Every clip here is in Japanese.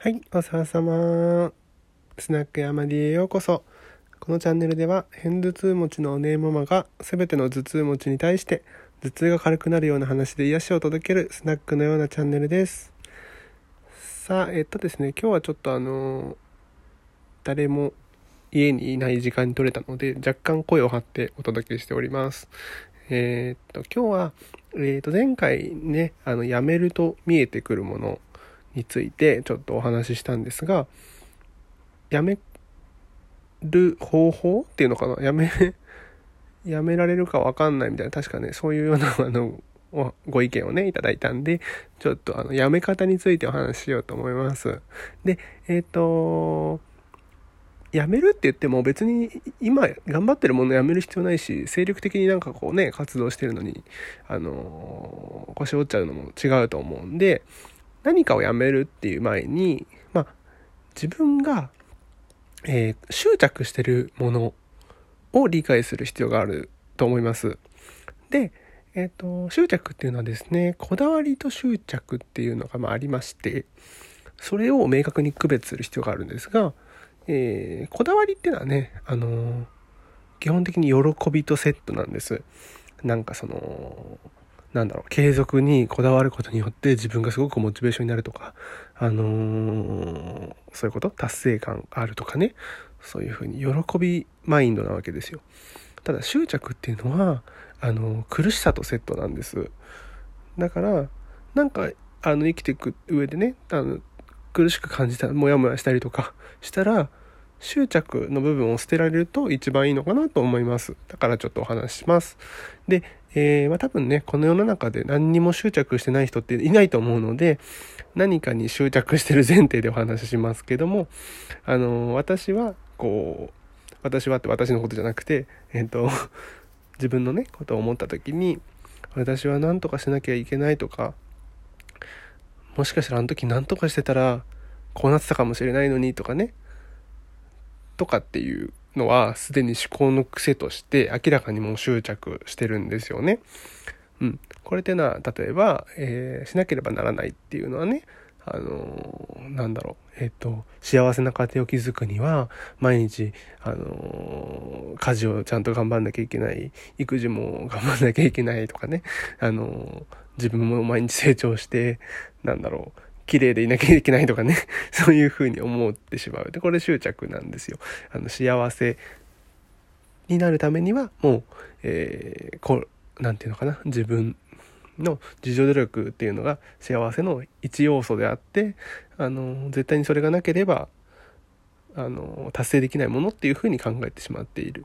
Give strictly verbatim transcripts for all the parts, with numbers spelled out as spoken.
はい、おささま。スナック山 D へようこそ。このチャンネルでは、偏頭痛持ちのお姉ママが、すべての頭痛持ちに対して、頭痛が軽くなるような話で癒しを届けるスナックのようなチャンネルです。さあ、えっとですね、今日はちょっとあのー、誰も家にいない時間に撮れたので、若干声を張ってお届けしております。えー、っと、今日は、えー、っと、前回ね、あの、やめると見えてくるものについてちょっとお話ししたんですが、やめる方法っていうのかな、やめやめられるか分かんないみたいな、確かね、そういうようなあのご意見をねいただいたんで、ちょっとあのやめ方についてお話ししようと思います。で、えっとやめるって言っても別に今頑張ってるものやめる必要ないし、精力的になんかこうね活動してるのにあの腰折っちゃうのも違うと思うんで、何かをやめるっていう前に、まあ自分が、えー、執着してるものを理解する必要があると思います。で、えっと、執着っていうのはですね、こだわりと執着っていうのがまあありまして、それを明確に区別する必要があるんですが、えー、こだわりっていうのはね、あのー、基本的に喜びとセットなんです。なんかその、なんだろう、継続にこだわることによって自分がすごくモチベーションになるとか、あのー、そういうこと達成感あるとかね、そういうふうに喜びマインドなわけですよ。ただ執着っていうのはあの苦しさとセットなんです。だからなんかあの生きていく上でね、あの苦しく感じたモヤモヤしたりとかしたら、執着の部分を捨てられると一番いいのかなと思います。だからちょっとお話しします。で、えー、まあ多分ね、この世の中で何にも執着してない人っていないと思うので、何かに執着してる前提でお話ししますけども、あの私はこう私はって私のことじゃなくて、えっと自分のねことを思った時に、私は何とかしなきゃいけないとか、もしかしたらあの時何とかしてたらこうなってたかもしれないのにとかね、とかっていうのはすでに思考の癖として明らかにもう執着してるんですよね。うん、これってのは例えば、えー、しなければならないっていうのはね、あのー、なんだろう、えっと幸せな家庭を築くには毎日、あのー、家事をちゃんと頑張んなきゃいけない、育児も頑張んなきゃいけないとかね、あのー、自分も毎日成長して、なんだろう、綺麗でいなきゃいけないとかねそういうふうに思ってしまう。で、これ執着なんですよ。あの幸せになるためにはもう、えー、こうなんていうのかな、自分の自助努力っていうのが幸せの一要素であって、あの絶対にそれがなければあの達成できないものっていうふうに考えてしまっている。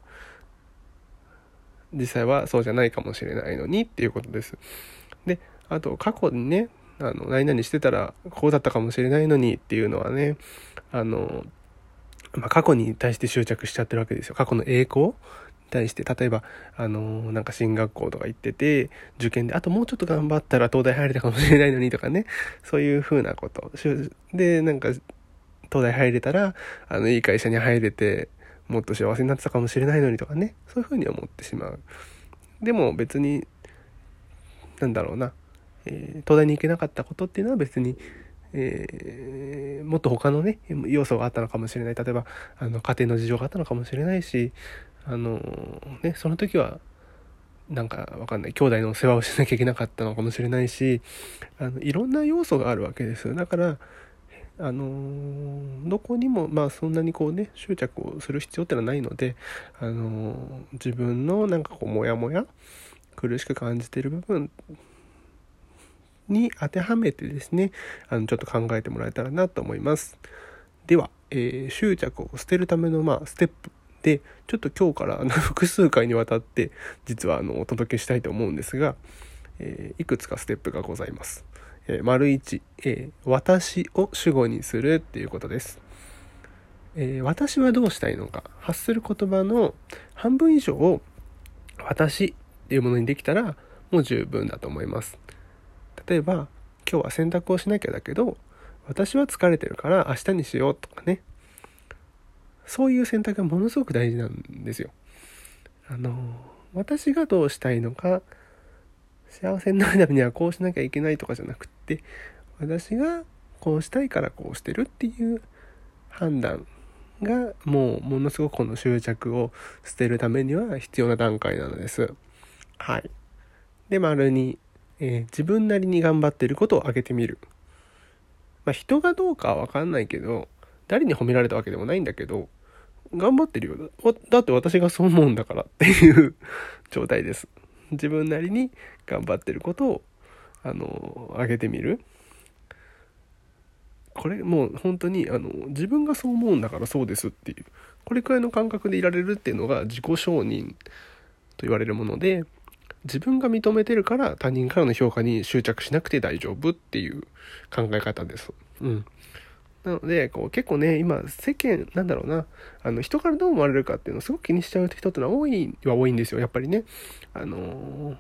実際はそうじゃないかもしれないのにっていうことです。で、あと過去にね、あの何々してたらこうだったかもしれないのにっていうのはね、あの、まあ、過去に対して執着しちゃってるわけですよ。過去の栄光対して、例えばあのなんか進学校とか行ってて、受験であともうちょっと頑張ったら東大入れたかもしれないのにとかね、そういう風なことで、なんか東大入れたらあのいい会社に入れてもっと幸せになってたかもしれないのにとかね、そういう風に思ってしまう。でも別になんだろうな、えー、東大に行けなかったことっていうのは別に、えー、もっと他のね要素があったのかもしれない。例えばあの家庭の事情があったのかもしれないし、あのね、その時はなんかわかんない、兄弟の世話をしなきゃいけなかったのかもしれないし、あのいろんな要素があるわけです。だからあのどこにもまあそんなにこうね執着をする必要ってのはないので、あの自分のなんかこうモヤモヤ苦しく感じている部分に当てはめてですね、あのちょっと考えてもらえたらなと思います。では、えー、執着を捨てるためのまあステップで、ちょっと今日から複数回にわたって実はあのお届けしたいと思うんですが、えー、いくつかステップがございます。えー、丸いち、えー、私を主語にするっていうことです。えー、私はどうしたいのか、発する言葉の半分以上を私っていうものにできたらもう十分だと思います。例えば今日は洗濯をしなきゃだけど、私は疲れてるから明日にしようとかね、そういう選択がものすごく大事なんですよ。あの私がどうしたいのか、幸せになるためにはこうしなきゃいけないとかじゃなくって、私がこうしたいからこうしてるっていう判断がもうものすごくこの執着を捨てるためには必要な段階なのです。はい。で、丸に、えー、自分なりに頑張ってることを挙げてみる。まあ、人がどうかは分かんないけど、誰に褒められたわけでもないんだけど、頑張ってるよ。だって私がそう思うんだからっていう状態です。自分なりに頑張ってることをあの挙げてみる。これもう本当にあの自分がそう思うんだからそうですっていう、これくらいの感覚でいられるっていうのが自己承認と言われるもので、自分が認めてるから他人からの評価に執着しなくて大丈夫っていう考え方です。うん。なのでこう結構ね、今世間なんだろうな、あの人からどう思われるかっていうのをすごく気にしちゃう人ってのは多いは多いんですよ、やっぱりね。あのー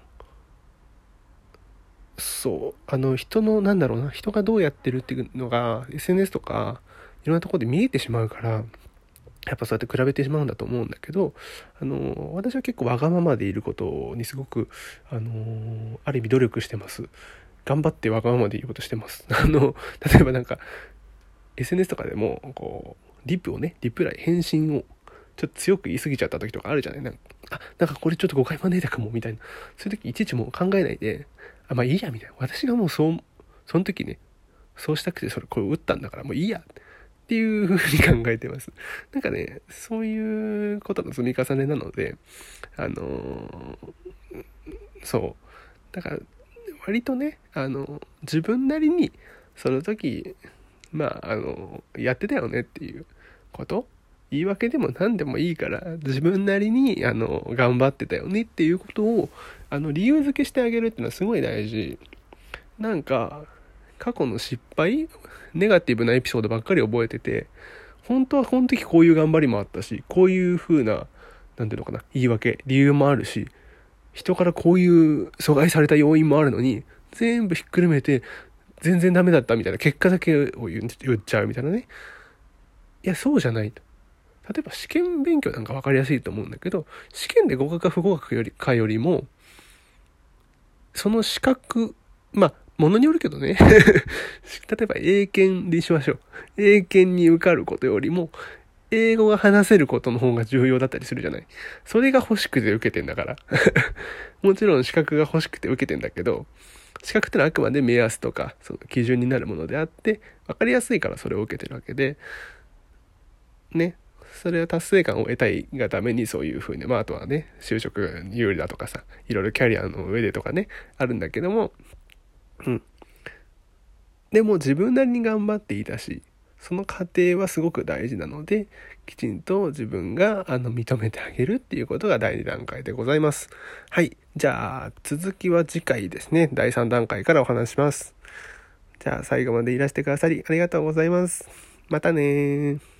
そうあの人のなんだろうな人がどうやってるっていうのが エスエヌエス とかいろんなところで見えてしまうから、やっぱそうやって比べてしまうんだと思うんだけど、あの私は結構わがままでいることにすごくあのある意味努力してます。頑張ってわがままでいることしてます。あの例えばなんか エスエヌエス とかでもこうリプをねリプライ返信をちょっと強く言い過ぎちゃった時とかあるじゃない。なんかあなんかこれちょっと誤解招いたかもみたいな、そういう時いちいちもう考えないで、あまあいいやみたいな、私がもうそうその時ねそうしたくてそれこれ打ったんだからもういいやっていう風に考えてます。なんかねそういうことの積み重ねなので、あのー、そうだから割とねあの自分なりにその時まああのやってたよねっていうこと、言い訳でも何でもいいから自分なりにあの頑張ってたよねっていうことをあの理由付けしてあげるっていうのはすごい大事。なんか過去の失敗ネガティブなエピソードばっかり覚えてて、本当はこの時こういう頑張りもあったし、こういう風ななんていうのかな言い訳理由もあるし、人からこういう阻害された要因もあるのに全部ひっくるめて全然ダメだったみたいな結果だけを言っちゃうみたいなね。いやそうじゃないと。例えば試験勉強なんか分かりやすいと思うんだけど、試験で合格か不合格よりかよりもその資格、まあものによるけどね例えば英検でしましょう。英検に受かることよりも英語が話せることの方が重要だったりするじゃない。それが欲しくて受けてんだからもちろん資格が欲しくて受けてんだけど、資格ってのはあくまで目安とかその基準になるものであって、分かりやすいからそれを受けてるわけでね。それは達成感を得たいがためにそういう風に、まああとはね就職有利だとかさ、いろいろキャリアの上でとかねあるんだけども、うんでも自分なりに頑張っていたし、その過程はすごく大事なので、きちんと自分があの認めてあげるっていうことがだいに段階でございます。はい、じゃあ続きは次回ですね、だいさん段階からお話します。じゃあ最後までいらしてくださりありがとうございます。またねー。